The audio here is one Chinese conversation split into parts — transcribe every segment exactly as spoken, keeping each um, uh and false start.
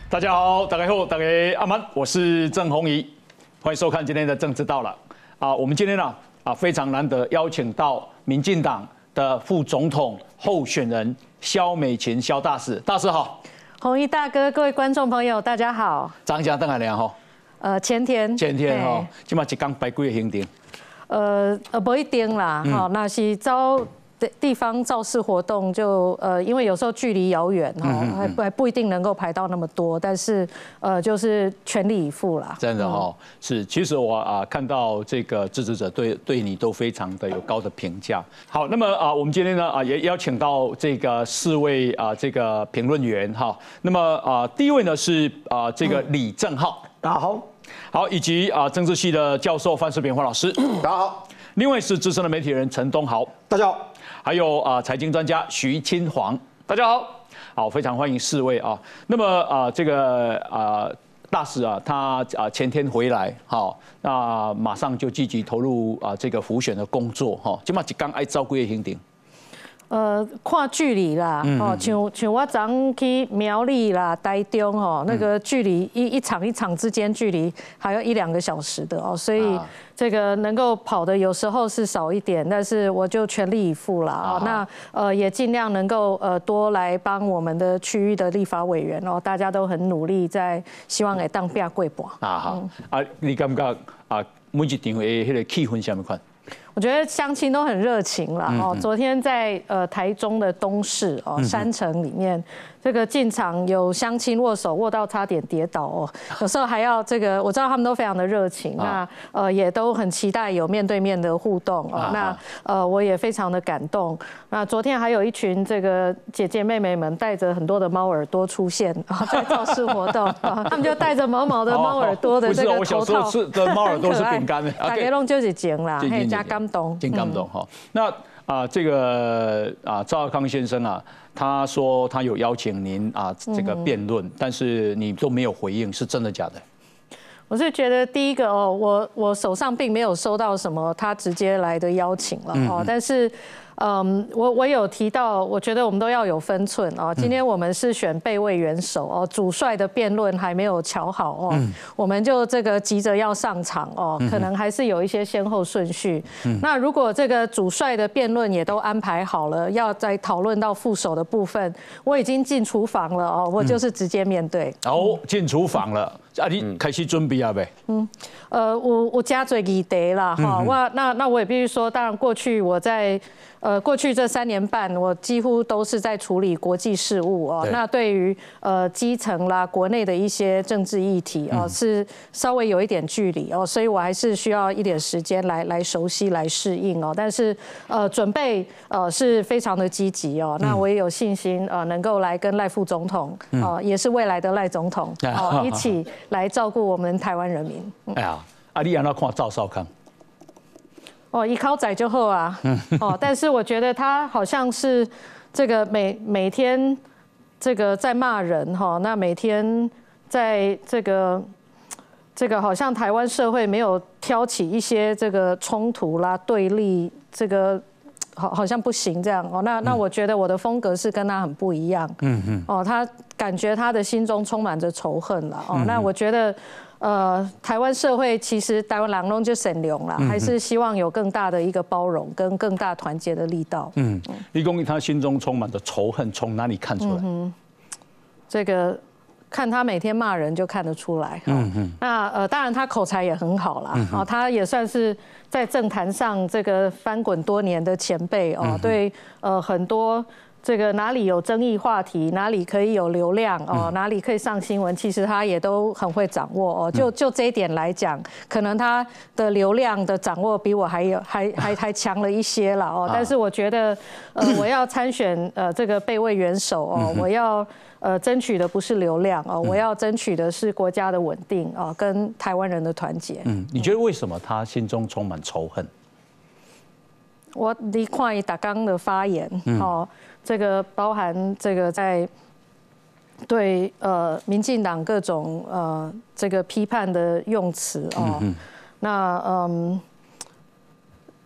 大家好，大家好，大家阿曼，我是郑弘仪，欢迎收看今天的政治到了啊。我们今天呢啊非常难得邀请到民进党的副总统候选人萧美琴萧大使，大使好。 弘仪大哥，各位观众朋友，大家好。 张家邓海良哈。 呃，前天。 前天哈，今嘛一刚摆几个行程？呃呃，不一定啦，哈、嗯，那是招地方造势活动就呃，因为有时候距离遥远哈，还不还不一定能够排到那么多，但是呃，就是全力以赴啦。 真的哈、哦，是，其实我啊看到这个支持者对对你都非常的有高的评价。好，那么啊，我们今天呢啊也邀请到这个四位啊这个评论员哈。那么啊第一位呢是啊这个李正浩， 大家好。 好，以及啊政治系的教授范世平范老师， 大家好。 另外是资深的媒体人陈东豪， 大家好。 还有啊财经专家徐清煌，大家好。好，非常欢迎四位啊。那么啊这个啊大使啊他啊前天回来，好，那马上就积极投入啊这个辅选的工作哈。今嘛一刚爱照几个行程？ 呃，看距离啦，哦，像像我昨去苗栗啦、台中哦，那个距离一一场一场之间距离还有一两个小时的哦，所以这个能够跑的有时候是少一点，但是我就全力以赴啦啊。那呃也尽量能够呃多来帮我们的区域的立法委员哦，大家都很努力在希望会当变过半啊好啊，你感觉啊每一场的迄个气氛什么款？ 我觉得乡亲都很热情了哦。昨天在呃台中的东市哦山城里面，这个进场有乡亲握手握到差点跌倒哦，有时候还要这个，我知道他们都非常的热情，那呃也都很期待有面对面的互动哦。那呃我也非常的感动。那昨天还有一群这个姐姐妹妹们带着很多的猫耳朵出现在造势活动，他们就带着毛毛的猫耳朵的这个头套。 不是，我小时候吃的猫耳朵是饼干的， 大家弄就是钱啦，嘿加感动， 真感动哈。那啊，这个啊，赵少康先生啊，他说他有邀请您啊，这个辩论，但是你都没有回应，是真的假的？ 我是觉得第一个哦，我我手上并没有收到什么他直接来的邀请了哦，但是。嗯，我我有提到，我觉得我们都要有分寸哦。今天我们是选备位元首哦，主帅的辩论还没有瞧好哦，我们就这个急着要上场哦，可能还是有一些先后顺序。那如果这个主帅的辩论也都安排好了，要再讨论到副手的部分，我已经进厨房了哦，我就是直接面对。 哦，进厨房了。啊，你开始准备啊呗？嗯， 呃，我我加嘴议题啦哈，我那那我也必须说，当然过去我在呃过去这三年半，我几乎都是在处理国际事务哦。那对于呃基层啦、国内的一些政治议题哦，是稍微有一点距离哦，所以我还是需要一点时间来来熟悉、来适应哦。但是呃准备呃是非常的积极哦，那我也有信心呃能够来跟赖副总统哦，也是未来的赖总统哦一起。来照顾我们台湾人民。 哎呀，啊，你安怎看赵少康？ 哦，一考仔就好啊。哦，但是我觉得他好像是这个每每天这个在骂人哈，那每天在这个这个好像台湾社会没有挑起一些这个冲突啦、对立，这个。好，好像不行这样哦。那那我觉得我的风格是跟他很不一样。嗯嗯。哦，他感觉他的心中充满着仇恨了。哦，那我觉得，呃，台湾社会其实台湾人拢就善良啦，还是希望有更大的一个包容跟更大团结的力道。嗯。 立功他心中充满着仇恨，从哪里看出来？嗯这个。看他每天骂人就看得出来。嗯嗯。那呃，当然他口才也很好啦。哦，他也算是在政坛上这个翻滚多年的前辈哦。对，呃，很多这个哪里有争议话题，哪里可以有流量哦，哪里可以上新闻，其实他也都很会掌握哦。就就这一点来讲，可能他的流量的掌握比我还有还还还强了一些了哦。但是我觉得，呃，我要参选呃这个备位元首哦，我要。呃，争取的不是流量哦，我要争取的是国家的稳定啊，跟台湾人的团结。 嗯，你觉得为什么他心中充满仇恨？ 我你看打刚的发言哦，这个包含这个在对呃民进党各种呃这个批判的用词哦，那嗯。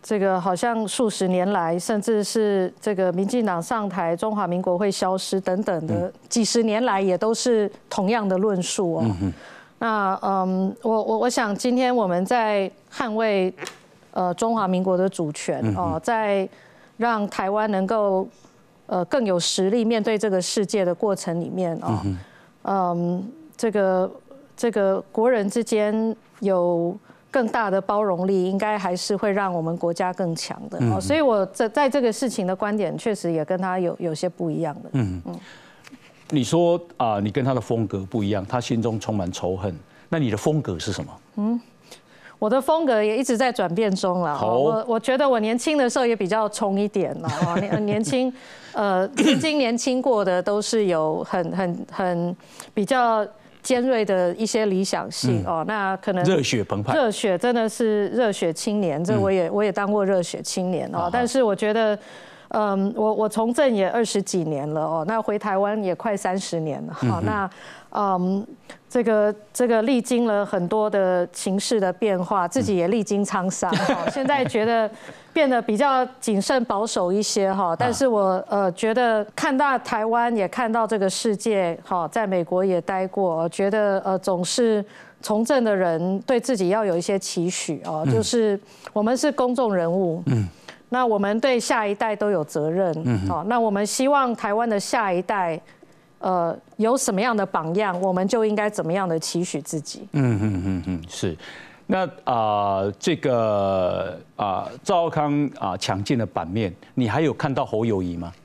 这个好像数十年来，甚至是这个民进党上台，中华民国会消失等等的，几十年来也都是同样的论述哦。嗯、那嗯，我我我想今天我们在捍卫呃中华民国的主权哦，在让台湾能够呃更有实力面对这个世界的过程里面哦，嗯，这个这个国人之间有更大的包容力，应该还是会让我们国家更强的哦。所以我在在这个事情的观点，确实也跟他有有些不一样的。嗯嗯。 你说啊、呃，你跟他的风格不一样，他心中充满仇恨。那你的风格是什么？嗯。 我的风格也一直在转变中了。我我觉得我年轻的时候也比较冲一点了。年年轻，呃，曾经年轻过的都是有很很很比较尖锐的一些理想性哦。那可能热血澎湃， 热血真的是热血青年。这我也我也当过热血青年哦。但是我觉得，嗯，我我从政也二十几年了哦。那回台湾也快三十年了。好，那嗯。这个这个历经了很多的情势的变化，自己也历经沧桑哈，现在觉得变得比较谨慎保守一些哈。但是我呃觉得看到台湾，也看到这个世界哈，在美国也待过，觉得呃总是从政的人对自己要有一些期许哦，就是我们是公众人物，嗯，那我们对下一代都有责任，嗯，好，那我们希望台湾的下一代。呃，有什么样的榜样，我们就应该怎么样的期许自己。 嗯嗯嗯嗯，是。那啊、呃，这个啊、呃，赵少康啊抢进了版面，你还有看到侯友宜吗？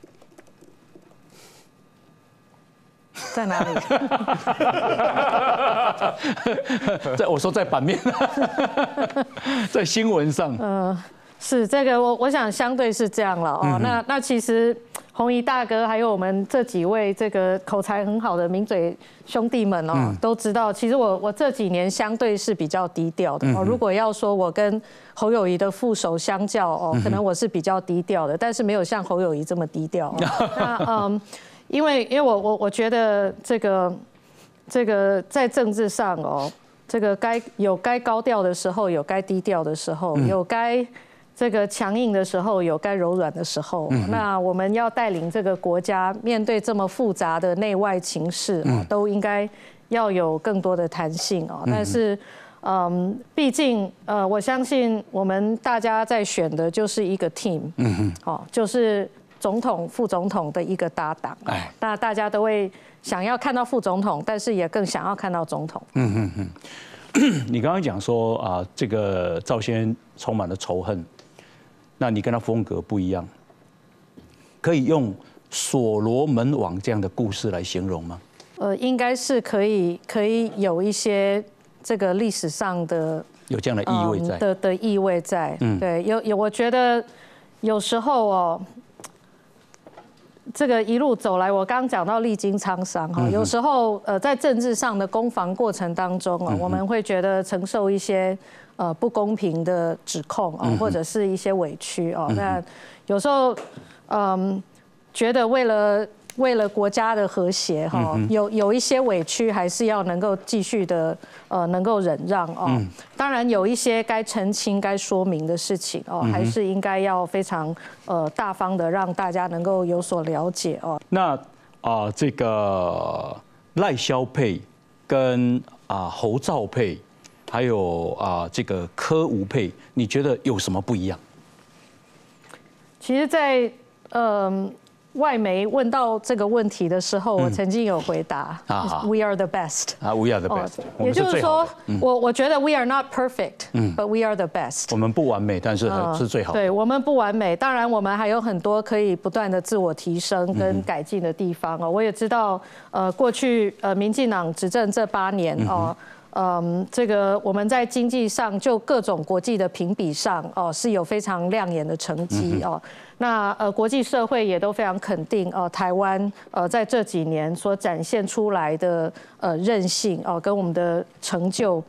在哪里？ 在我说在版面，在新闻上。嗯、呃， 是这个，我我想相对是这样了哦。嗯、那那其实。弘仪大哥，还有我们这几位这个口才很好的名嘴兄弟们哦，嗯、都知道，其实我我这几年相对是比较低调的哦。如果要说我跟侯友宜的副手相较哦，可能我是比较低调的，但是没有像侯友宜这么低调。那嗯，因为因为我我我觉得这个这个在政治上哦，这个该有该高调的时候，有该低调的时候，有该。这个强硬的时候有该柔软的时候，嗯、那我们要带领这个国家面对这么复杂的内外情势，嗯、都应该要有更多的弹性哦。嗯、但是，嗯，毕竟呃，我相信我们大家在选的就是一个 team， 嗯哦，就是总统、副总统的一个搭档。哎，那大家都会想要看到副总统，但是也更想要看到总统。嗯嗯嗯。你刚刚讲说啊，这个赵先生充满了仇恨。那你跟他风格不一样，可以用所罗门王这样的故事来形容吗？ 呃，应该是可以，可以有一些这个历史上的有这样的意味在、嗯、 的的意味在。嗯，对，有有，我觉得有时候哦，这个一路走来，我刚刚讲到历经沧桑哈，有时候呃，在政治上的攻防过程当中啊，我们会觉得承受一些。呃，不公平的指控啊，或者是一些委屈哦。那有时候，嗯，觉得为了为了国家的和谐哈，有有一些委屈还是要能够继续的呃，能够忍让哦。当然有一些该澄清、该说明的事情哦，还是应该要非常呃大方的让大家能够有所了解哦。 那啊、呃，这个赖萧配跟啊、呃、侯兆配。还有啊、呃，这个柯吴配，你觉得有什么不一样？ 其实在，在呃外媒问到这个问题的时候，我曾经有回答、嗯、：“We are the best。” 啊 ，We are the best、哦。 也就是说，嗯、我我觉得 We are not perfect， 嗯 ，but we are the best。 我们不完美，但是很、呃、是最好的。 对，我们不完美，当然我们还有很多可以不断的自我提升跟改进的地方哦。我也知道，呃，过去呃民进党执政这八年哦。嗯嗯，这个我们在经济上就各种国际的评比上哦是有非常亮眼的成绩哦。那呃国际社会也都非常肯定哦台湾呃在这几年所展现出来的呃韧性哦跟我们的成就。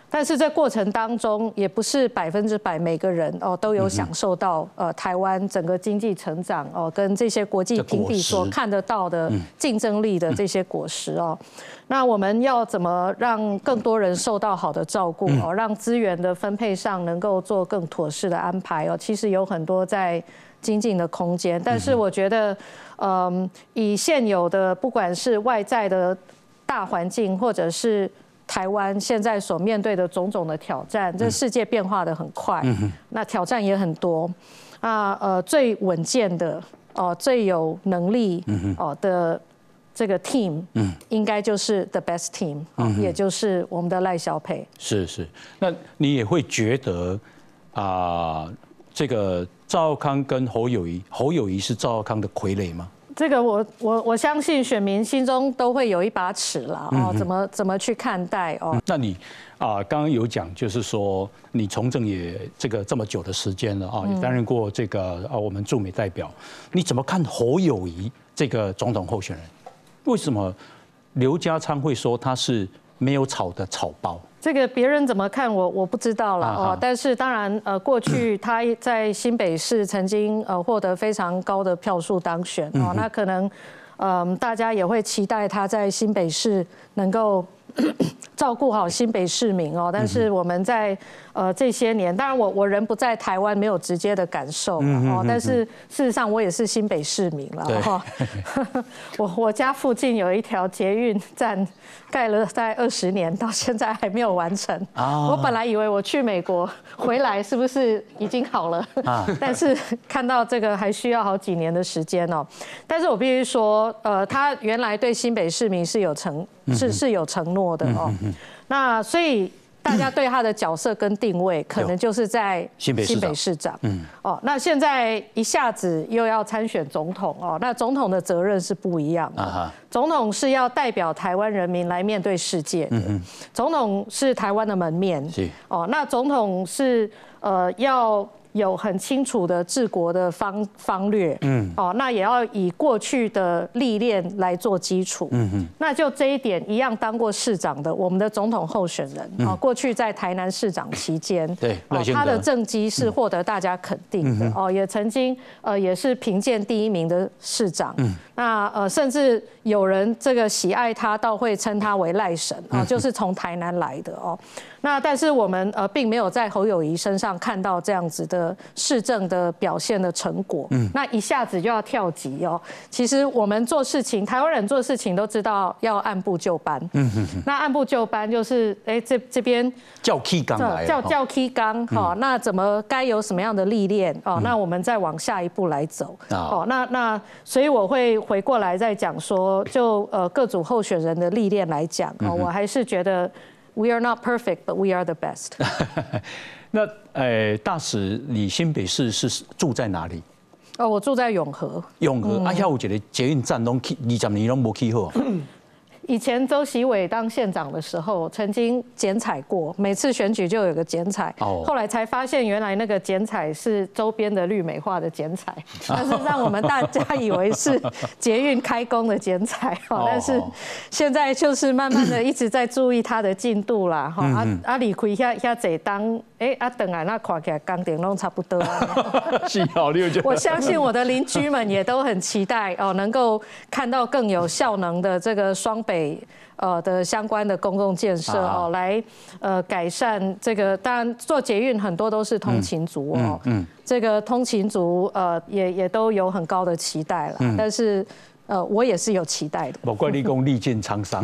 但是在过程当中，也不是百分之百每个人哦都有享受到呃台湾整个经济成长哦跟这些国际评比所看得到的竞争力的这些果实哦。那我们要怎么让更多人受到好的照顾哦，让资源的分配上能够做更妥适的安排哦？其实有很多在精进的空间，但是我觉得，嗯，以现有的不管是外在的大环境，或者是台湾现在所面对的种种的挑战，这世界变化的很快，那挑战也很多。那呃，最稳健的哦，最有能力哦的这个 team， 应该就是 the best team， 也就是我们的赖萧配。 是是，那你也会觉得啊，这个赵少康跟侯友宜，侯友宜是赵少康的傀儡吗？ 这个我我我相信选民心中都会有一把尺啦，哦，怎么怎么去看待哦？ 那你啊，刚刚有讲，就是说你从政也这个这么久的时间了啊，也担任过这个啊我们驻美代表，你怎么看侯友宜这个总统候选人？为什么刘家昌会说他是没有草的草包？ 这个别人怎么看我我不知道了哦，但是当然呃，过去他在新北市曾经呃获得非常高的票数当选哦，那可能嗯大家也会期待他在新北市能够照顾好新北市民哦，但是我们在呃这些年，当然我我人不在台湾，没有直接的感受哦，但是事实上我也是新北市民了哈。我我家附近有一条捷运站，盖了大概二十年，到现在还没有完成。我本来以为我去美国回来是不是已经好了，但是看到这个还需要好几年的时间哦。但是我必须说，呃，他原来对新北市民是有承是是有承诺的哦。那所以大家对他的角色跟定位，可能就是在新北市长。嗯，哦，那现在一下子又要参选总统哦，那总统的责任是不一样的。总统是要代表台湾人民来面对世界的，总统是台湾的门面。哦，那总统是呃要有很清楚的治国的方方略，嗯，哦，那也要以过去的历练来做基础，嗯嗯，那就这一点一样，当过市长的我们的总统候选人啊，过去在台南市长期间，对，他的政绩是获得大家肯定的，哦，也曾经呃也是评鉴第一名的市长，嗯，那呃甚至有人这个喜爱他到会称他为赖神啊，就是从台南来的哦。那但是我们呃并没有在侯友宜身上看到这样子的市政的表现的成果，嗯，那一下子就要跳级哦。其实我们做事情，台湾人做事情都知道要按部就班，嗯哼哼，那按部就班就是哎这这边叫 key 纲来， 叫叫 key 纲哈，那怎么该有什么样的历练哦？那我们再往下一步来走哦。那那所以我会回过来再讲说，就呃各组候选人的历练来讲哦，我还是觉得。We are not perfect, but we are the best. 那呃，大使，你新北市是住在哪里？ 哦，我住在永和。 永和，啊，遐有一个捷运站，拢去二十年拢无去好。 以前周习伟当县长的时候，曾经剪彩过，每次选举就有个剪彩。哦。后来才发现，原来那个剪彩是周边的绿美化的剪彩，但是让我们大家以为是捷运开工的剪彩。哦。但是现在就是慢慢的一直在注意它的进度啦。哈。啊啊，离开遐遐这当，哎啊，等来那看起来工程拢差不多啊。 是好，你有觉得？ 我相信我的邻居们也都很期待哦，能够看到更有效能的这个双北。呃的相关的公共建设哦，来呃改善这个，当然做捷运很多都是通勤族哦，嗯，这个通勤族呃也也都有很高的期待了，但是呃我也是有期待的。 我怪立功历尽沧桑。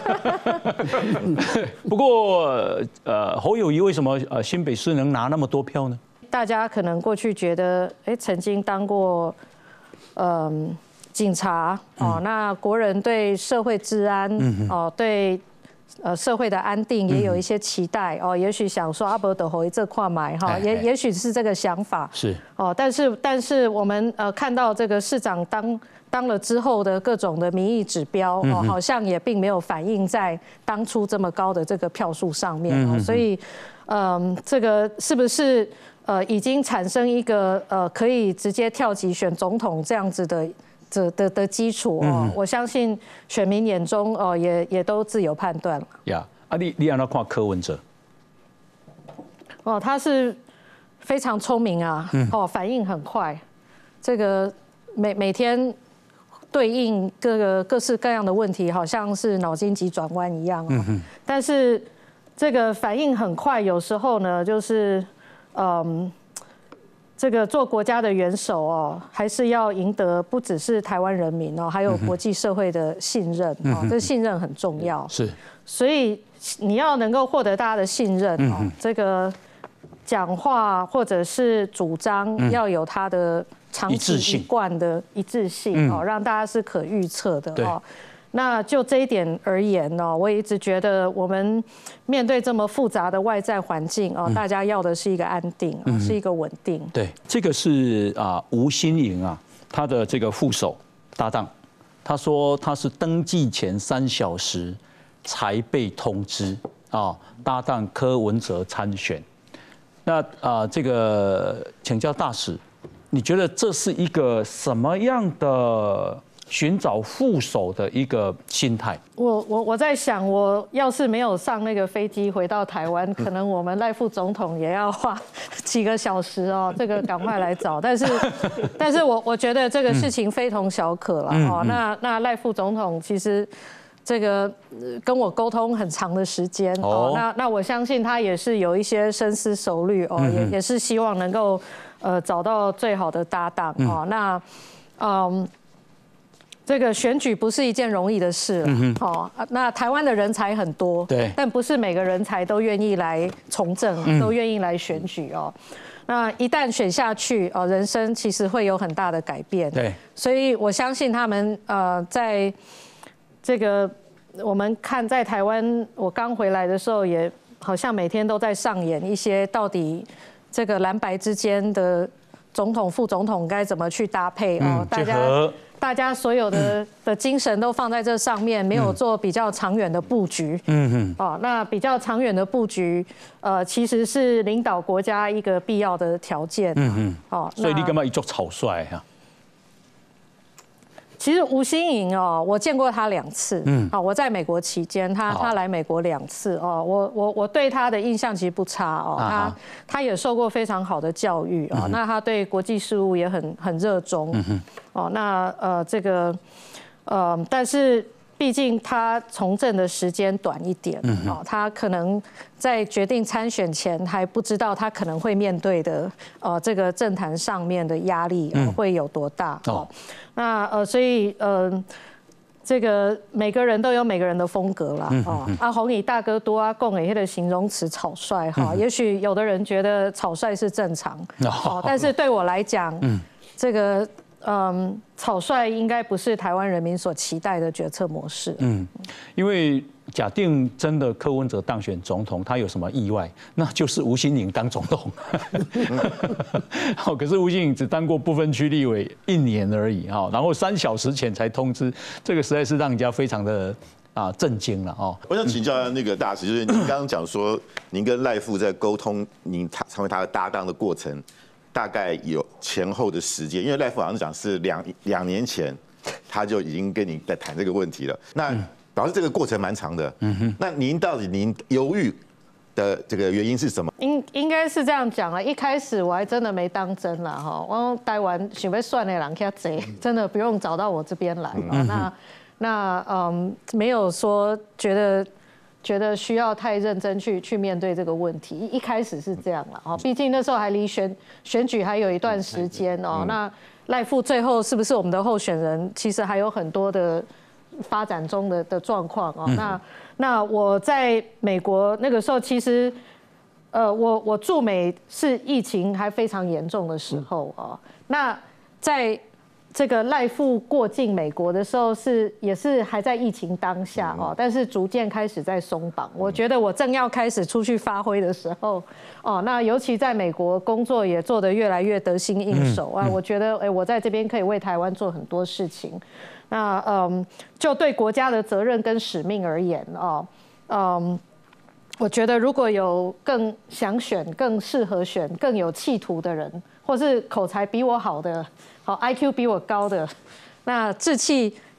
不过呃侯友宜为什么呃新北市能拿那么多票呢？ 大家可能过去觉得，哎，曾经当过嗯。警察哦，那国人对社会治安哦，对呃社会的安定也有一些期待哦，也许想说阿伯的回这块买哈，也也许是这个想法是哦，但是但是我们呃看到这个市长当当了之后的各种的民意指标哦，好像也并没有反映在当初这么高的这个票数上面哦，所以嗯，这个是不是呃已经产生一个呃可以直接跳级选总统这样子的？的的的基础哦，我相信选民眼中哦也也都自有判断了。 呀，啊你你安怎看柯文哲？ 哦，他是非常聪明啊，哦，反应很快，这个每每天对应各个各式各样的问题，好像是脑筋急转弯一样哦。但是这个反应很快，有时候呢，就是嗯。这个做国家的元首哦，还是要赢得不只是台湾人民哦，还有国际社会的信任哦，这信任很重要。 是， 所以你要能够获得大家的信任哦，这个讲话或者是主张要有它的长期一贯的一致性哦，让大家是可预测的哦。那就这一点而言呢，我也一直觉得我们面对这么复杂的外在环境哦，大家要的是一个安定，是一个稳定。 对，这个是啊吴新颖啊，他的这个副手搭档，他说他是登记前三小时才被通知啊，搭档柯文哲参选。那啊，这个请教大使，你觉得这是一个什么样的寻找副手的一个心态？ 我我我在想，我要是没有上那个飞机回到台湾，可能我们赖副总统也要花几个小时哦，这个赶快来找。但是，但是我我觉得这个事情非同小可了哦。那那赖副总统其实这个跟我沟通很长的时间哦。那那我相信他也是有一些深思熟虑哦，也也是希望能够呃找到最好的搭档哦。那嗯。这个选举不是一件容易的事了，哦，那台湾的人才很多， 对， 但不是每个人才都愿意来从政，都愿意来选举哦。那一旦选下去，哦，人生其实会有很大的改变， 对， 所以我相信他们呃，在这个我们看在台湾，我刚回来的时候，也好像每天都在上演一些到底这个蓝白之间的总统、副总统该怎么去搭配哦，大家。大家所有的的精神都放在这上面，没有做比较长远的布局。嗯嗯。哦，那比较长远的布局，呃，其实是领导国家一个必要的条件。嗯嗯。哦， 所以你干嘛一做草率啊？ 其实吴新颖哦，我见过他两次。嗯。好，我在美国期间，他他来美国两次哦，我我我对他的印象其实不差哦，他他也受过非常好的教育哦，那他对国际事务也很很热衷。嗯哼。哦，那呃这个呃，但是毕竟他从政的时间短一点哦，他可能在决定参选前还不知道他可能会面对的呃这个政坛上面的压力会有多大哦。那呃，所以呃，这个每个人都有每个人的风格啦。哦，阿宏以大哥多啊，共诶的形容词草率哈，也许有的人觉得草率是正常，哦，但是对我来讲，这个。嗯，草率应该不是台湾人民所期待的决策模式。嗯， 因为假定真的柯文哲当选总统，他有什么意外，那就是吴新颖当总统。好，可是吴新颖只当过不分区立委一年而已哈，然后三小时前才通知，这个实在是让人家非常的啊震惊了哦。 我想请教那个大使，就是您刚刚讲说，您跟赖副在沟通，您他成为他的搭档的过程。大概有前后的时间，因为赖副好像讲是两两年前，他就已经跟你在谈这个问题了。那表示这个过程蛮长的。嗯哼。那您到底您犹豫的这个原因是什么？ 应应该是这样讲了。一开始我还真的没当真啦哈，我待完想要算的人较济，真的不用找到我这边来。嗯、那那嗯，没有说觉得。觉得需要太认真去去面对这个问题，一开始是这样了哦，毕竟那时候还离选选举还有一段时间哦。那赖副最后是不是我们的候选人，其实还有很多的发展中的的状况哦。那那我在美国那个时候，其实呃，我我驻美是疫情还非常严重的时候哦。那在这个赖副过境美国的时候是也是还在疫情当下哦，但是逐渐开始在松绑。我觉得我正要开始出去发挥的时候哦，那尤其在美国工作也做得越来越得心应手啊。我觉得哎，我在这边可以为台湾做很多事情。那嗯，就对国家的责任跟使命而言哦，嗯，我觉得如果有更想选、更适合选、更有企图的人，或是口才比我好的。好 ，I Q 比我高的，那志气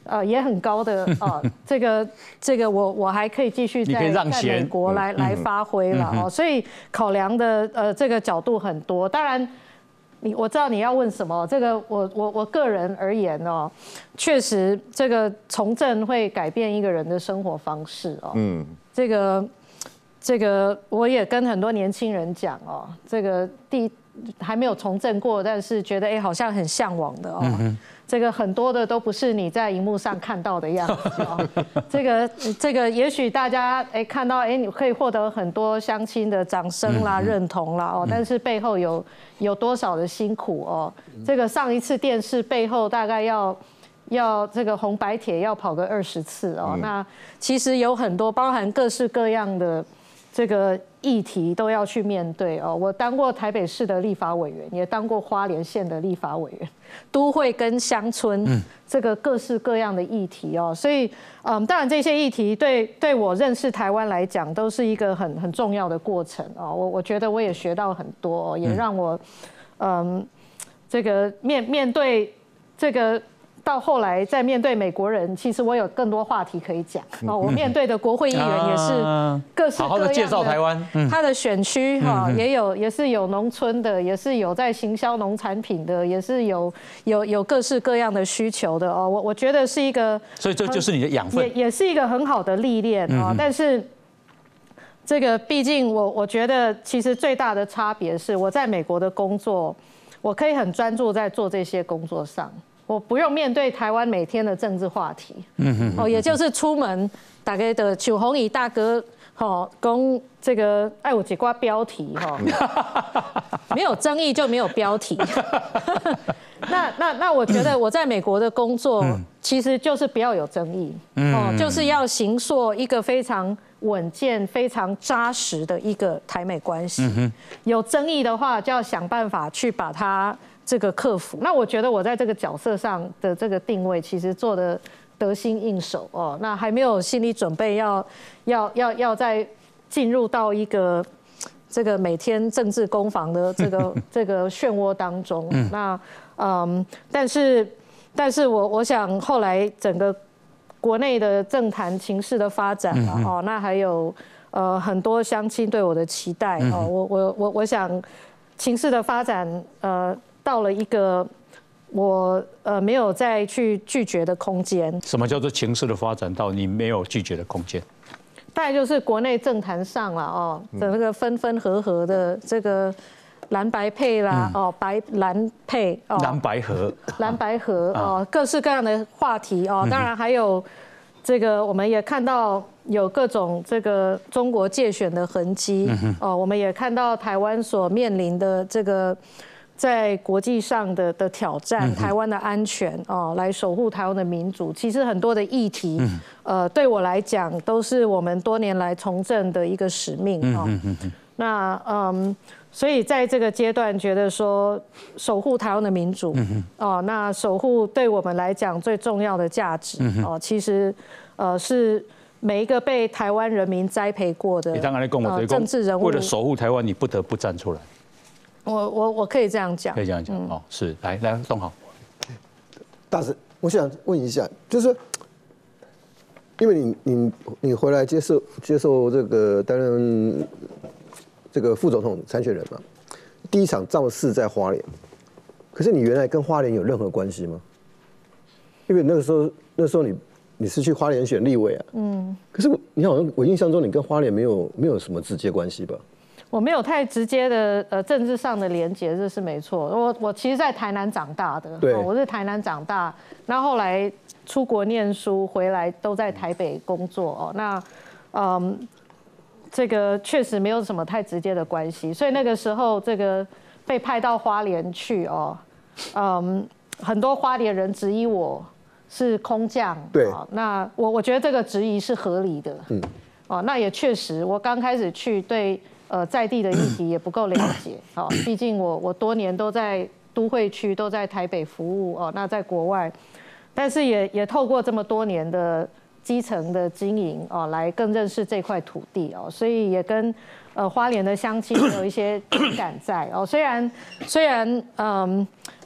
呃也很高的哦，这个这个我我还可以继续在在美国来来发挥了哦，所以考量的呃这个角度很多。当然，你我知道你要问什么，这个我我我个人而言哦，确实这个从政会改变一个人的生活方式哦，嗯，这个这个我也跟很多年轻人讲哦，这个第还没有从政过，但是觉得哎好像很向往的哦。嗯这个很多的都不是你在荧幕上看到的样子哦。这个这个，也许大家哎看到哎，你可以获得很多乡亲的掌声啦、认同啦哦，但是背后有有多少的辛苦哦？这个上一次电视背后大概要要这个红白帖要跑个二十次哦。那其实有很多包含各式各样的这个议题都要去面对哦。我当过台北市的立法委员，也当过花莲县的立法委员。都会跟乡村这个各式各样的议题哦，所以嗯，当然这些议题对对我认识台湾来讲都是一个很很重要的过程哦。我我觉得我也学到很多、哦，也让我嗯这个面面对这个。到后来再面对美国人，其实我有更多话题可以讲哦。我面对的国会议员也是各式各样的，好好的介绍台湾。 他的选区哈也有，也是有农村的，也是有在行销农产品的，也是有有有各式各样的需求的哦。我我觉得是一个， 所以这就是你的养分， 也也是一个很好的历练啊。但是这个毕竟我我觉得其实最大的差别是我在美国的工作，我可以很专注在做这些工作上。我不用面对台湾每天的政治话题，嗯哦，也就是出门大概的邱鸿仪大哥，哈，讲这个爱有几挂标题哈，没有争议就没有标题。那那那，我觉得我在美国的工作其实就是不要有争议，哦，就是要形塑一个非常稳健、非常扎实的一个台美关系。有争议的话，就要想办法去把它。这个克服，那我觉得我在这个角色上的这个定位，其实做的得心应手哦。那还没有心理准备要，要要要再进入到一个这个每天政治攻防的这个这个漩涡当中。那嗯，但是但是我我想后来整个国内的政坛情势的发展嘛，哦，那还有呃很多乡亲对我的期待哦，我我我我想情势的发展呃。到了一个我呃没有再去拒绝的空间。 什么叫做情势的发展到你没有拒绝的空间？ 大概就是国内政坛上了哦，的那个分分合合的这个蓝白配啦，哦白蓝配哦， 蓝白合， 蓝白合哦，各式各样的话题哦，当然还有这个我们也看到有各种这个中国介选的痕迹哦，我们也看到台湾所面临的这个。在国际上的的挑战，台湾的安全哦，来守护台湾的民主，其实很多的议题，呃，对我来讲都是我们多年来从政的一个使命哦。那嗯，所以在这个阶段，觉得说守护台湾的民主哦，那守护对我们来讲最重要的价值哦，其实呃是每一个被台湾人民栽培过的呃政治人物， 为了守护台湾，你不得不站出来。 我我我可以这样讲， 可以这样讲、嗯、哦，是来来，东豪， 大使，我想问一下，就是说，因为你你你回来接受接受这个担任这个副总统参选人嘛，第一场造势在花莲，可是你原来跟花莲有任何关系吗？因为那个时候那时候你你是去花莲选立委啊，嗯，可是你好像我印象中你跟花莲没有没有什么直接关系吧？ 我没有太直接的呃政治上的连结，这是没错。我我其实，在台南长大的， 对， 我是台南长大，然后后来出国念书，回来都在台北工作哦。那嗯，这个确实没有什么太直接的关系，所以那个时候这个被派到花莲去哦，嗯，很多花莲人质疑我是空降， 对， 哦、那我我觉得这个质疑是合理的，嗯，哦，那也确实，我刚开始去对。呃，在地的议题也不够了解，哦，毕竟我我多年都在都会区，都在台北服务哦，那在国外，但是也也透过这么多年的基层的经营哦，来更认识这块土地哦，所以也跟呃花莲的乡亲有一些情感在哦，虽然虽然嗯。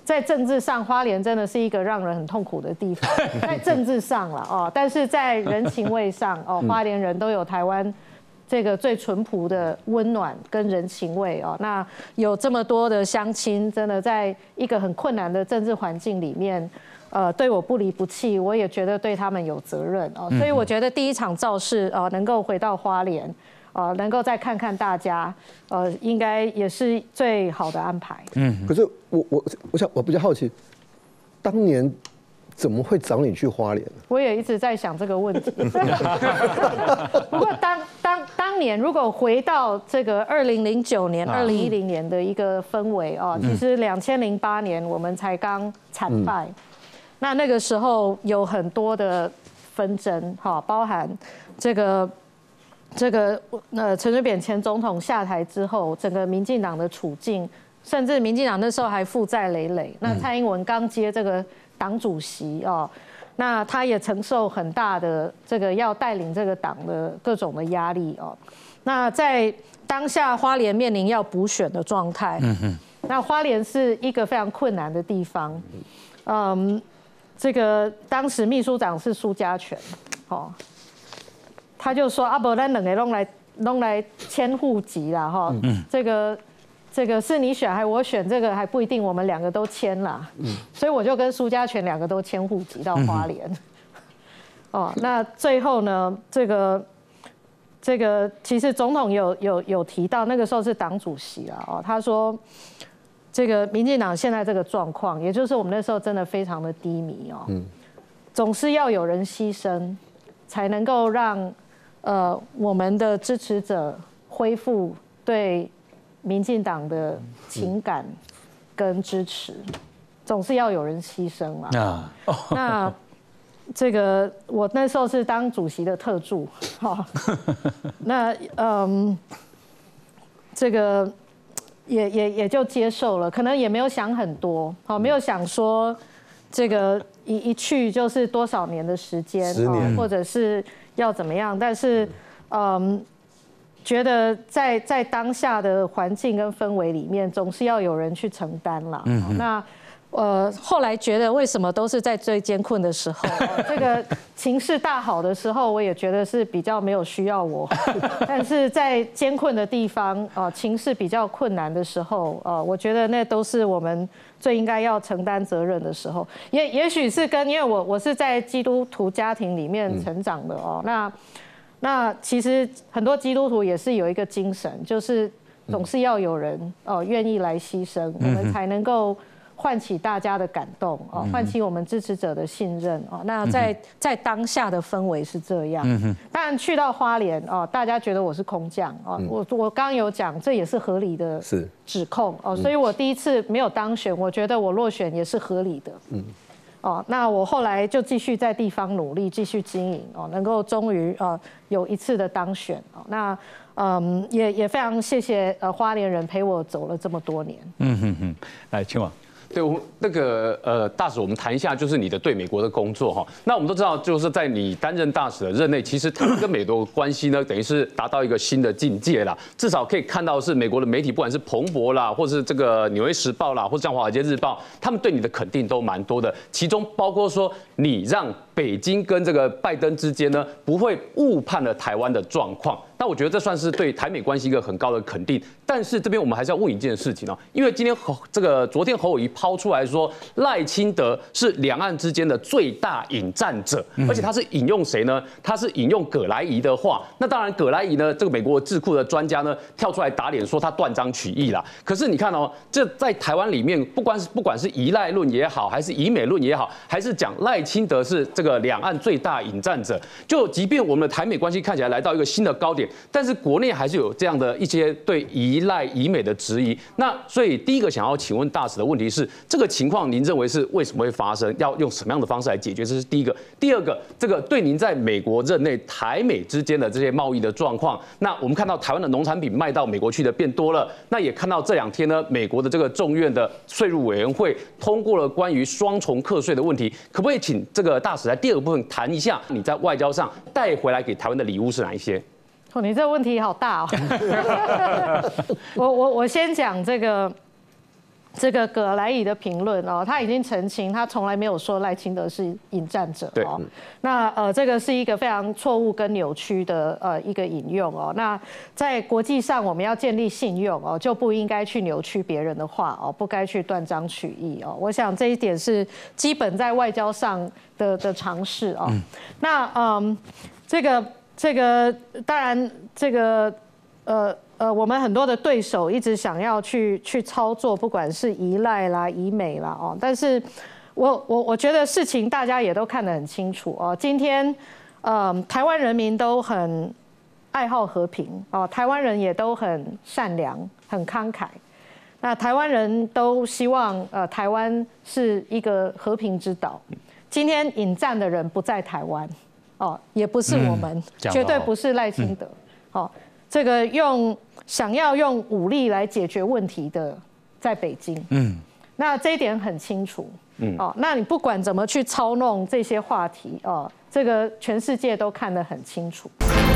在政治上，花莲真的是一个让人很痛苦的地方，在政治上了哦，但是在人情味上哦，花莲人都有台湾这个最淳朴的温暖跟人情味哦。那有这么多的乡亲，真的在一个很困难的政治环境里面，呃，对我不离不弃，我也觉得对他们有责任哦。所以我觉得第一场造势哦，能够回到花莲。呃，能够再看看大家，呃，应该也是最好的安排。 嗯，可是我我我想我比较好奇，当年怎么会找你去花莲？ 我也一直在想这个问题。不过当当当年如果回到这个二零零九年、二零一零年的一个氛围哦，其实两千零八年我们才刚惨败，嗯、那那个时候有很多的纷争，哈，包含这个。这个呃，陈水扁前总统下台之后，整个民进党的处境，甚至民进党那时候还负债累累。那蔡英文刚接这个党主席哦，那他也承受很大的这个要带领这个党的各种的压力哦。那在当下花莲面临要补选的状态，那花莲是一个非常困难的地方。嗯，这个当时秘书长是苏家全，哦。他就说啊，不，咱两个弄来弄来迁户籍啦，哈，嗯、这个这个是你选还我选，这个还不一定，我们两个都迁啦，嗯、所以我就跟苏家全两个都迁户籍到花莲。嗯、哦，那最后呢，这个这个其实总统有有有提到，那个时候是党主席啦，哦，他说这个民进党现在这个状况，也就是我们那时候真的非常的低迷哦，嗯、总是要有人牺牲，才能够让。呃，我们的支持者恢复对民进党的情感跟支持，总是要有人牺牲嘛。啊，那这个我那时候是当主席的特助，哈，那嗯，这个也也也就接受了，可能也没有想很多，好，没有想说这个一一去就是多少年的时间， 十年， 或者是。要怎么样？但是，嗯，觉得在在当下的环境跟氛围里面，总是要有人去承担啦。嗯、那呃，后来觉得为什么都是在最艰困的时候，这个情势大好的时候，我也觉得是比较没有需要我。但是在艰困的地方，呃，情势比较困难的时候，呃，我觉得那都是我们。最应该要承担责任的时候，也也许是跟因为我我是在基督徒家庭里面成长的哦，那那其实很多基督徒也是有一个精神，就是总是要有人哦愿意来牺牲，我们才能够唤起大家的感动哦，唤起我们支持者的信任哦。那在在当下的氛围是这样，当然去到花莲哦，大家觉得我是空降哦，我我刚刚有讲，这也是合理的指控哦，所以我第一次没有当选，我觉得我落选也是合理的，嗯，哦，那我后来就继续在地方努力，继续经营哦，能够终于呃有一次的当选哦，那嗯也也非常谢谢呃花莲人陪我走了这么多年，嗯哼哼，来青王。 对，我那个呃大使，我们谈一下就是你的对美国的工作哈。那我们都知道，就是在你担任大使的任内，其实台湾跟美国关系呢，等于是达到一个新的境界啦。至少可以看到是美国的媒体，不管是彭博啦，或是这个纽约时报啦，或者像华尔街日报，他们对你的肯定都蛮多的。其中包括说你让北京跟这个拜登之间呢，不会误判了台湾的状况。那我觉得这算是对台美关系一个很高的肯定。但是这边我们还是要问一件事情哦，因为今天侯这个昨天侯友宜抛出来说赖清德是两岸之间的最大引战者，而且他是引用谁呢？他是引用葛莱仪的话。那当然葛莱仪呢，这个美国智库的专家呢跳出来打脸说他断章取义啦。可是你看哦，这在台湾里面，不管是不管是依赖论也好，还是以美论也好，还是讲赖清德是这个两岸最大引战者，就即便我们的台美关系看起来来到一个新的高点，但是国内还是有这样的一些对依赖以美的质疑。那所以第一个想要请问大使的问题是，这个情况您认为是为什么会发生？要用什么样的方式来解决？这是第一个。第二个，这个对您在美国任内台美之间的这些贸易的状况，那我们看到台湾的农产品卖到美国去的变多了，那也看到这两天呢，美国的这个众院的税务委员会通过了关于双重课税的问题，可不可以请这个大使在第二个部分谈一下你在外交上带回来给台湾的礼物是哪一些？ 哦，你这个问题好大哦！我我我先讲这个， 这个葛莱仪的评论哦，他已经澄清，他从来没有说赖清德是引战者哦。那呃，这个是一个非常错误跟扭曲的呃一个引用哦。那在国际上，我们要建立信用哦，就不应该去扭曲别人的话哦，不该去断章取义哦。我想这一点是基本在外交上的的尝试哦。那嗯，这个这个当然这个呃。呃，我们很多的对手一直想要去去操作，不管是依赖啦、以美啦哦，但是我我我觉得事情大家也都看得很清楚哦。今天，呃，台湾人民都很爱好和平哦，台湾人也都很善良、很慷慨。那台湾人都希望呃台湾是一个和平之岛。今天引战的人不在台湾哦，也不是我们，嗯、绝对不是赖清德、嗯、哦。这个用想要用武力来解决问题的，在北京，嗯，那这一点很清楚，嗯，哦，那你不管怎么去操弄这些话题，哦，这个全世界都看得很清楚。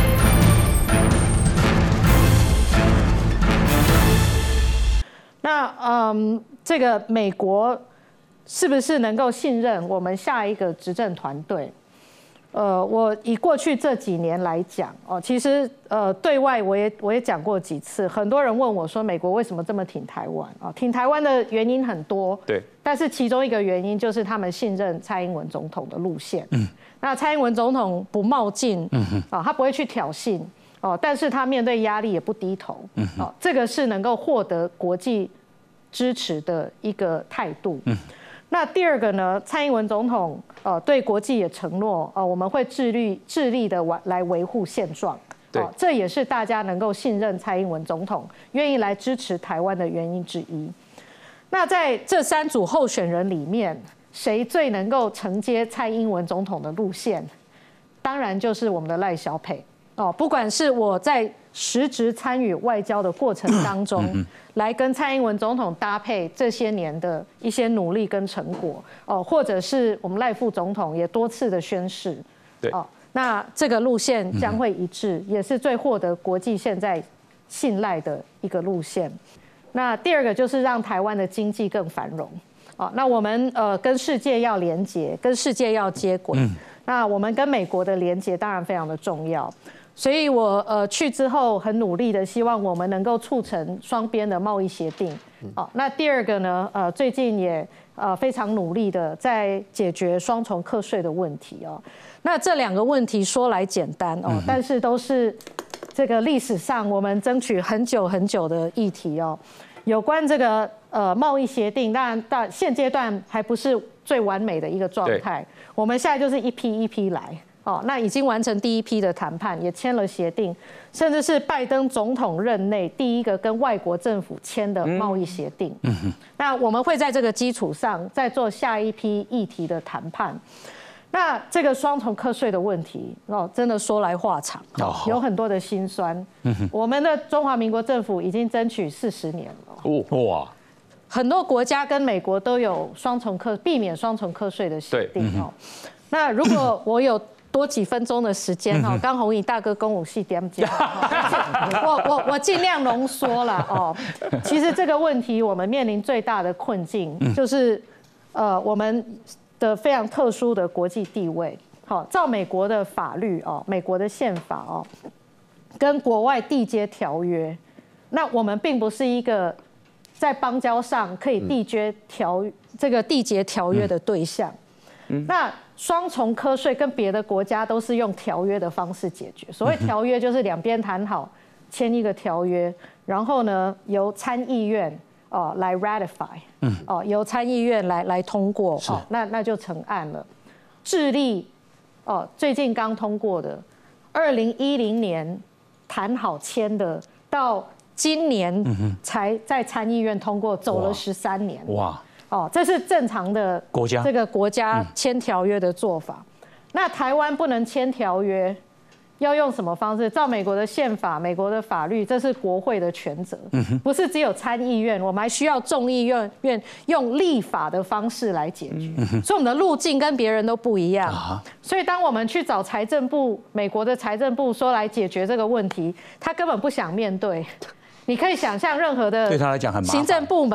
那嗯，这个美国是不是能够信任我们下一个执政团队？呃，我以过去这几年来讲，哦，其实呃，对外我也我也讲过几次，很多人问我说，美国为什么这么挺台湾啊？挺台湾的原因很多，对，但是其中一个原因就是他们信任蔡英文总统的路线。嗯，那蔡英文总统不冒进，嗯哼，啊，他不会去挑衅，哦，但是他面对压力也不低头，嗯，哦，这个是能够获得国际支持的一个态度。嗯。那第二个呢？蔡英文总统呃对国际也承诺，呃我们会致力致力的来维护现状，对、呃，这也是大家能够信任蔡英文总统，愿意来支持台湾的原因之一。那在这三组候选人里面，谁最能够承接蔡英文总统的路线？当然就是我们的赖萧配哦、呃，不管是我在实质参与外交的过程当中，来跟蔡英文总统搭配这些年的一些努力跟成果，哦，或者是我们赖副总统也多次的宣示，对，哦，那这个路线将会一致，也是最获得国际现在信赖的一个路线。那第二个就是让台湾的经济更繁荣，哦，那我们呃跟世界要连结，跟世界要接轨，那我们跟美国的连结当然非常的重要。所以我呃去之后很努力的，希望我们能够促成双边的贸易协定。哦，那第二个呢，呃，最近也呃非常努力的在解决双重课税的问题哦。那这两个问题说来简单哦，但是都是这个历史上我们争取很久很久的议题哦。有关这个呃贸易协定，当然到现阶段还不是最完美的一个状态，我们现在就是一批一批来。哦，那已经完成第一批的谈判，也签了协定，甚至是拜登总统任内第一个跟外国政府签的贸易协定。嗯嗯、那我们会在这个基础上再做下一批议题的谈判。那这个双重课税的问题，哦，真的说来话长，哦、有很多的辛酸。嗯、我们的中华民国政府已经争取四十年了。哦哇！很多国家跟美国都有双重课避免双重课税的协定哦。那如果我有多几分钟的时间哈，刚弘毅大哥跟我细点讲，我我我尽量浓缩了哦。其实这个问题我们面临最大的困境就是呃我们的非常特殊的国际地位。好，照美国的法律哦，美国的宪法哦，跟国外缔结条约，那我们并不是一个在邦交上可以缔结条这个缔结条约的对象。那双重课税跟别的国家都是用条约的方式解决。所谓条约就是两边谈好，签一个条约，然后呢由参议院哦来 ratify， 哦由参议院来来通过，哦那那就成案了。智利哦最近刚通过的，二零一零年谈好签的，到今年才在参议院通过，走了十三年。哇！哦，这是正常的国家这个国家签条约的做法。嗯、那台湾不能签条约，要用什么方式？照美国的宪法、美国的法律，这是国会的权责，嗯、不是只有参议院，我们还需要众议院院用立法的方式来解决。嗯、所以我们的路径跟别人都不一样。啊、所以当我们去找财政部，美国的财政部说来解决这个问题，他根本不想面对。你可以想象任何的对他来讲很麻烦行政部门。啊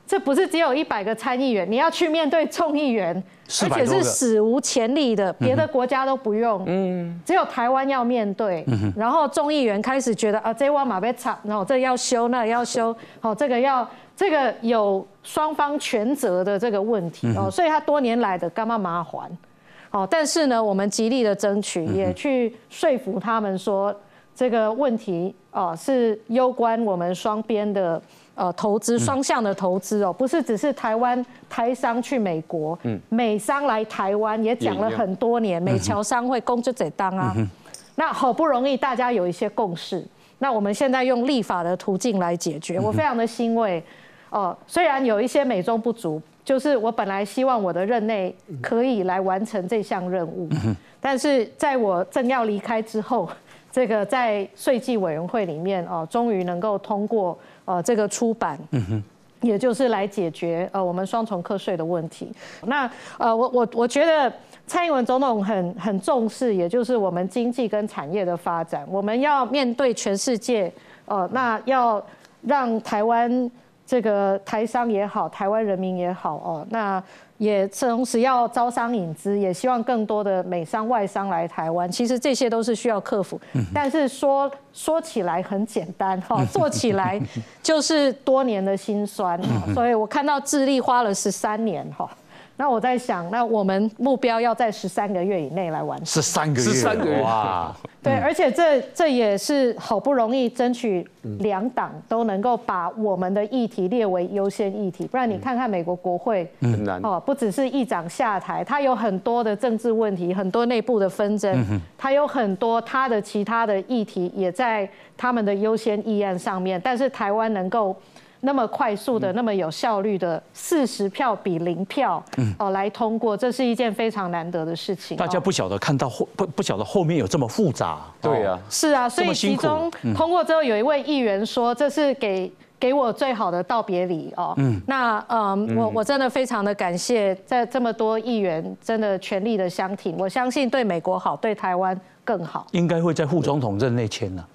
这不是只有一百个参议员，你要去面对众议员，而且是史无前例的，别的国家都不用，嗯，只有台湾要面对。嗯、然后众议员开始觉得啊，这我马被插，然后这个要修，那个要修，好，这个要这个有双方权责的这个问题哦，所以他多年来的干嘛麻烦，哦，但是呢，我们极力的争取，也去说服他们说这个问题哦是攸关我们双边的。呃，投资双向的投资哦，不是只是台湾台商去美国，嗯，美商来台湾也讲了很多年，美侨商会公就得当啊，嗯、那好不容易大家有一些共识，那我们现在用立法的途径来解决，我非常的欣慰哦、呃。虽然有一些美中不足，就是我本来希望我的任内可以来完成这项任务，嗯、但是在我正要离开之后，这个在税计委员会里面哦、呃，终于能够通过。呃，这个出版，嗯、也就是来解决呃我们双重课税的问题。那呃，我我我觉得蔡英文总统很很重视，也就是我们经济跟产业的发展。我们要面对全世界，呃，那要让台湾这个台商也好，台湾人民也好，哦、呃，那也同时要招商引资，也希望更多的美商外商来台湾。其实这些都是需要克服，但是说说起来很简单哈，做起来就是多年的辛酸。所以我看到智利花了十三年哈。那我在想，那我们目标要在十三个月以内来完成。 十三个月， 十三个月哇！ 对，而且这这也是好不容易争取两党都能够把我们的议题列为优先议题，不然你看看美国国会， 很难哦，不只是议长下台，他有很多的政治问题，很多内部的纷争，他有很多他的其他的议题也在他们的优先议案上面，但是台湾能够。那么快速的、那么有效率的四十票比零票，哦，来通过，这是一件非常难得的事情。 大家不晓得看到后不不晓得后面有这么复杂。 对啊， 是啊，所以其中通过之后，有一位议员说，这是给给我最好的道别礼哦。嗯，那嗯，我我真的非常的感谢，在这么多议员真的全力的相挺，我相信对美国好，对台湾更好。 应该会在副总统任内签呢。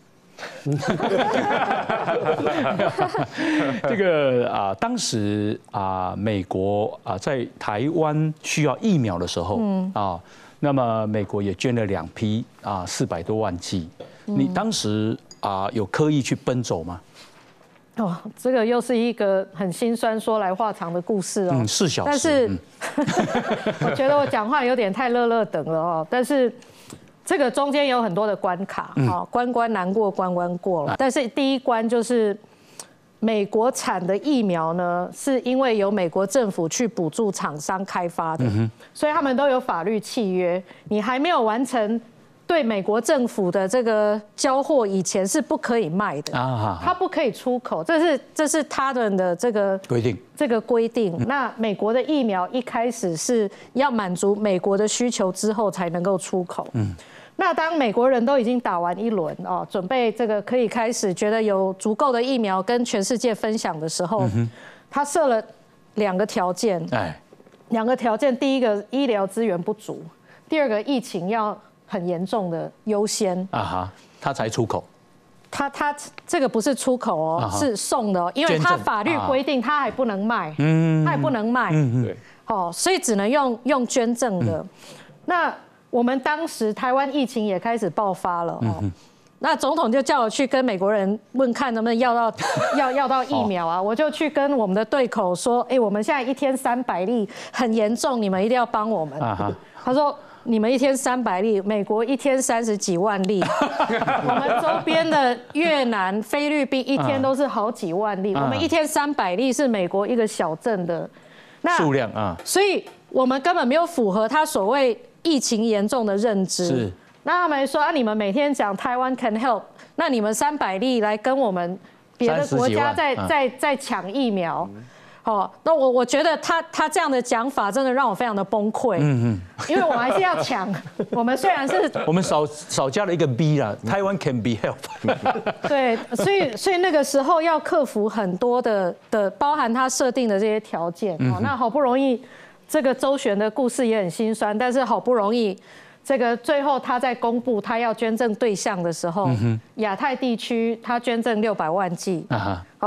这个啊，当时啊，美国啊，在台湾需要疫苗的时候，嗯啊，那么美国也捐了两批啊，四百多万剂。你当时啊，有刻意去奔走吗？ 哦，这个又是一个很心酸、说来话长的故事哦。 嗯，是小事。 但是，我觉得我讲话有点太乐乐等了哦，但是。这个中间有很多的关卡，啊，关关难过关关过了。但是第一关就是美国产的疫苗呢，是因为由美国政府去补助厂商开发的，所以他们都有法律契约。你还没有完成对美国政府的这个交货以前是不可以卖的啊，它不可以出口，这是这是他们的这个规定。 这个规定，那美国的疫苗一开始是要满足美国的需求之后才能够出口。嗯。那当美国人都已经打完一轮哦，准备这个可以开始觉得有足够的疫苗跟全世界分享的时候，嗯、他设了两个条件。哎，两个条件，第一个医疗资源不足，第二个疫情要很严重的优先啊哈，他才出口。 他他这个不是出口哦，啊、是送的哦，因为他法律规定他还不能卖，嗯，他还不能卖，嗯嗯，对，哦，所以只能用用捐赠的。嗯、那我们当时台湾疫情也开始爆发了哦，那总统就叫我去跟美国人问看能不能要到要要到疫苗啊，我就去跟我们的对口说，哎，我们现在一天三百例很严重，你们一定要帮我们。他说你们一天三百例，美国一天三十几万例，我们周边的越南、菲律宾一天都是好几万例，我们一天三百例是美国一个小镇的数量啊， 所以我们根本没有符合他所谓疫情严重的认知。是，那他们说啊，你们每天讲台湾 can help， 那你们三百例来跟我们别的国家在在在抢疫苗。哦，那我我觉得他他这样的讲法真的让我非常的崩溃。嗯嗯，因为我还是要抢。我们虽然是我们少少加了一个 B 啦，台湾 can be help。 对，所以所以那个时候要克服很多的的，包含他设定的这些条件。哦，那好不容易这个周旋的故事也很心酸，但是好不容易这个最后他在公布他要捐赠对象的时候，亚太地区他捐赠六百万剂。哦。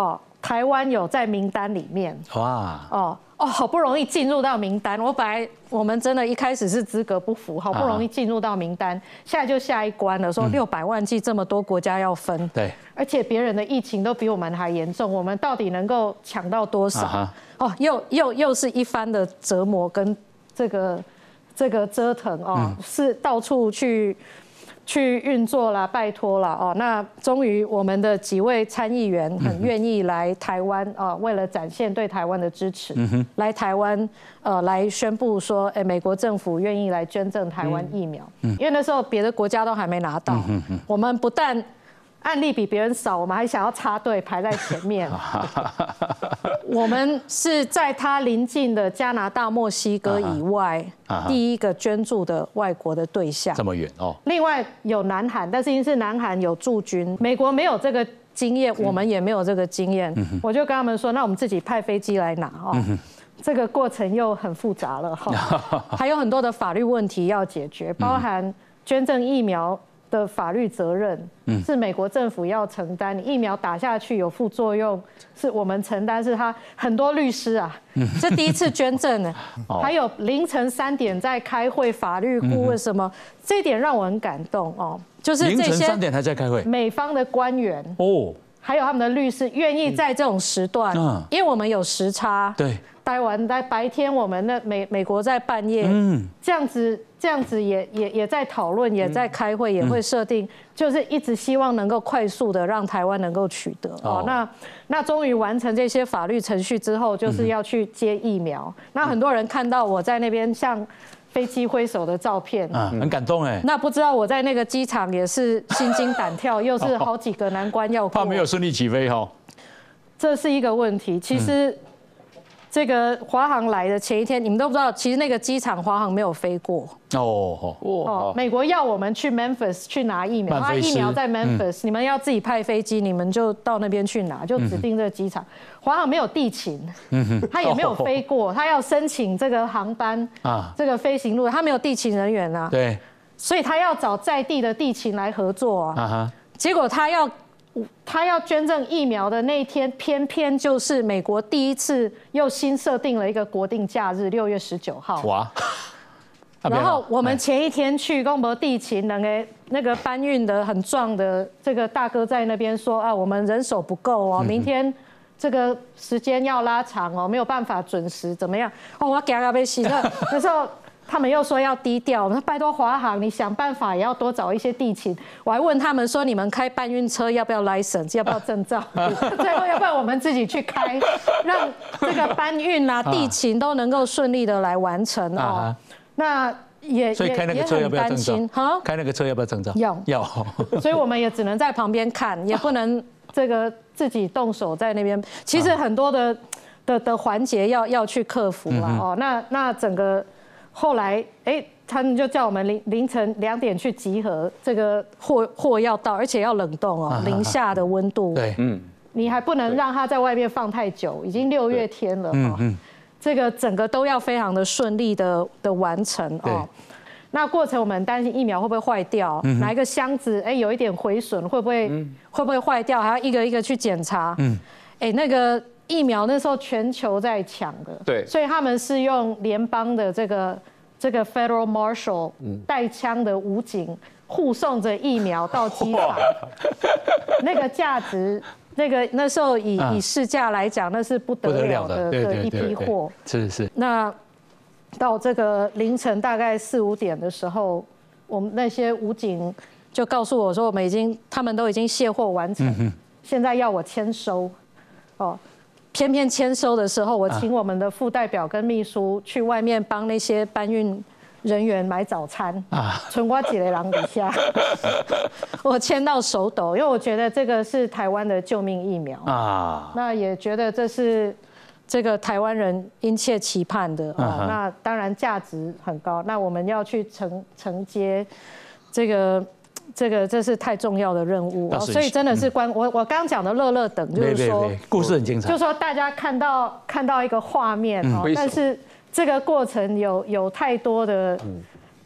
台湾有在名单里面。 哇， 哦哦，好不容易进入到名单，我本来我们真的一开始是资格不符，好不容易进入到名单，现在就下一关了，说六百万剂这么多国家要分， 对， 而且别人的疫情都比我们还严重，我们到底能够抢到多少？哦，又又又是一番的折磨跟这个这个折腾哦，是到处去。去运作啦，拜托啦哦，那终于我们的几位参议员很愿意来台湾啊，为了展现对台湾的支持，来台湾呃来宣布说，哎，美国政府愿意来捐赠台湾疫苗，因为那时候别的国家都还没拿到，我们不但案例比别人少，我们还想要插队排在前面。我们是在他邻近的加拿大、墨西哥以外第一个捐助的外国的对象。 这么远哦。 另外有南韩，但是因为是南韩有驻军，美国没有这个经验，我们也没有这个经验，我就跟他们说，那我们自己派飞机来拿哦。这个过程又很复杂了哈，还有很多的法律问题要解决，包含捐赠疫苗的法律责任是美国政府要承担，你疫苗打下去有副作用是我们承担，是他很多律师啊，这第一次捐赠呢，还有凌晨三点在开会，法律顾问什么，这一点让我很感动哦，就是凌这些晨三点还在开会， 美方的官员哦，还有他们的律师愿意在这种时段，因为我们有时差， 对。 待完在白天，我们的美美国在半夜，嗯，这样子这样子也也也在讨论，也在开会，也会设定，就是一直希望能够快速的让台湾能够取得哦。那那终于完成这些法律程序之后，就是要去接疫苗。那很多人看到我在那边向飞机挥手的照片， 啊，很感动哎。 那不知道我在那个机场也是心惊胆跳，又是好几个难关要过， 怕没有顺利起飞哈。 这是一个问题，其实。这个华航来的前一天，你们都不知道，其实那个机场华航没有飞过。哦哦，美国要我们去 Memphis 去拿疫苗，他疫苗在 Memphis，你们要自己派飞机，你们就到那边去拿，就指定这个机场。华航没有地勤，他也没有飞过，他要申请这个航班啊，这个飞行路，他没有地勤人员啊。对，所以他要找在地的地勤来合作啊。结果他要。他要捐赠疫苗的那一天，偏偏就是美国第一次又新设定了一个国定假日，六月十九号。哇！然后我们前一天去公博地勤，那个那个搬运的很壮的这个大哥在那边说啊，我们人手不够哦，明天这个时间要拉长哦，没有办法准时怎么样？哦，我给他被洗了。那时候。他们又说要低调，我说拜托华航，你想办法也要多找一些地勤。我还问他们说，你们开搬运车要不要 license， 要不要证照？最后要不然我们自己去开，让这个搬运啊、地勤都能够顺利的来完成哦。那也所以开那个车要不要证照？ 哈， 开那个车要不要证照？ 要要。 所以我们也只能在旁边看，也不能这个自己动手在那边。其实很多的的的环节要要去克服了哦。那那整个。后来，哎，他们就叫我们凌凌晨两点去集合，这个货货要到，而且要冷冻哦，零下的温度。对，嗯，你还不能让它在外面放太久，已经六月天了哦。嗯，这个整个都要非常的顺利的的完成哦。那过程我们担心疫苗会不会坏掉，哪一个箱子哎有一点毁损，会不会会不会坏掉，还要一个一个去检查。嗯，哎那个。疫苗那时候全球在抢的，对，所以他们是用联邦的这个这个 Federal Marshal 带枪的武警护送着疫苗到机场，那个价值，那个那时候以以市价来讲，那是不得了的的一批货， 是是。 那到这个凌晨大概四五点的时候，我们那些武警就告诉我说，我们已经他们都已经卸货完成，现在要我签收，哦。偏偏签收的时候，我请我们的副代表跟秘书去外面帮那些搬运人员买早餐啊，存瓜几雷狼底下，我签到手抖，因为我觉得这个是台湾的救命疫苗啊，那也觉得这是这个台湾人殷切期盼的啊，那当然价值很高，那我们要去承承接这个。这个这是太重要的任务哦，所以真的是关我我刚刚讲的乐乐等，就是说故事很精彩， 就是说大家看到看到一个画面哦，但是这个过程有有太多的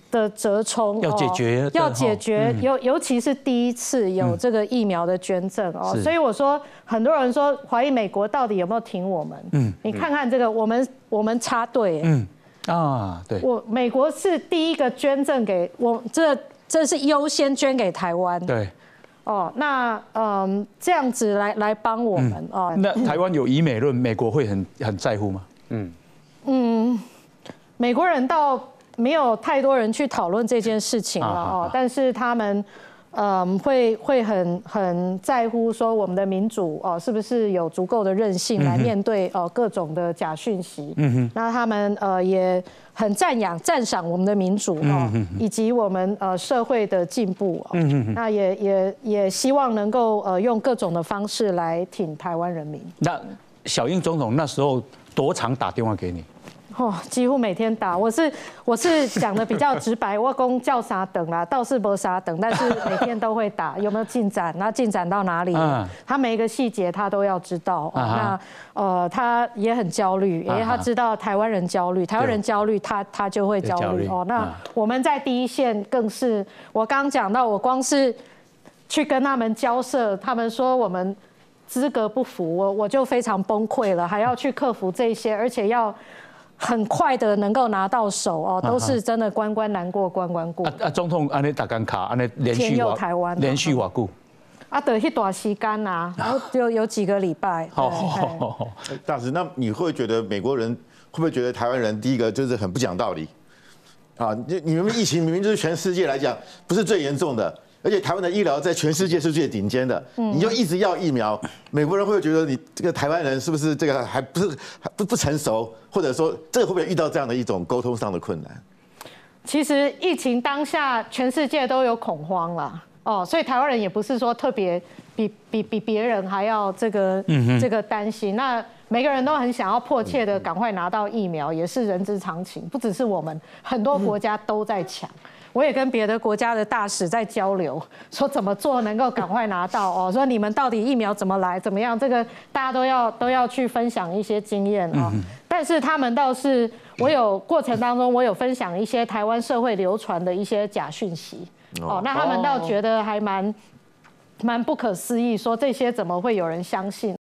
的折冲， 要解决， 哦、要解决，尤、嗯、尤其是第一次有这个疫苗的捐赠哦，所以我说很多人说怀疑美国到底有没有挺我们，嗯，你看看这个，我们我们插队，嗯啊，对， 我美国是第一个捐赠给我，这这是优先捐给台湾， 对。 哦，那嗯，这样子来来帮我们、嗯、哦。 那台湾有以美论，美国会很很在乎吗？嗯嗯，美国人倒没有太多人去讨论这件事情了哦，啊、但是他们嗯会会很很在乎说我们的民主哦是不是有足够的韧性来面对哦各种的假讯息。嗯哼，那他们呃也。很赞扬、赞赏我们的民主哦，以及我们呃社会的进步哦，那也也也希望能够呃用各种的方式来挺台湾人民。 那小英总统那时候多常打电话给你？ 哦，几乎每天打。我是我是讲的比较直白，我公叫啥等啦，倒是没啥等，但是每天都会打，有没有进展？那进展到哪里？嗯、他每一个细节他都要知道。啊、那呃，他也很焦虑，因为他知道台湾人焦虑，台湾人焦虑，他他就会焦虑。哦，那我们在第一线更是，我刚刚讲到，我光是去跟他们交涉，他们说我们资格不符，我我就非常崩溃了，还要去克服这些，而且要。很快的能够拿到手哦，都是真的关关难过关关过。 啊啊，总统安尼打干卡，安尼连续天佑台湾， 连续瓦固。 啊，等一段时间呐，然后就有几个礼拜。 好，大使，那你会觉得美国人会不会觉得台湾人第一个就是很不讲道理？啊，你你们疫情明明就是全世界来讲不是最严重的。而且台湾的医疗在全世界是最顶尖的，你就一直要疫苗，美国人会觉得你这个台湾人是不是这个还不是还不不成熟，或者说这个会不会遇到这样的一种沟通上的困难？ 其实疫情当下，全世界都有恐慌啦，哦，所以台湾人也不是说特别比比比别人还要这个这个担心。那每个人都很想要迫切的赶快拿到疫苗，也是人之常情，不只是我们，很多国家都在抢。我也跟别的国家的大使在交流，说怎么做能够赶快拿到哦，说你们到底疫苗怎么来，怎么样？这个大家都要都要去分享一些经验啊。但是他们倒是，我有过程当中，我有分享一些台湾社会流传的一些假讯息哦，那他们倒觉得还蛮蛮不可思议，说这些怎么会有人相信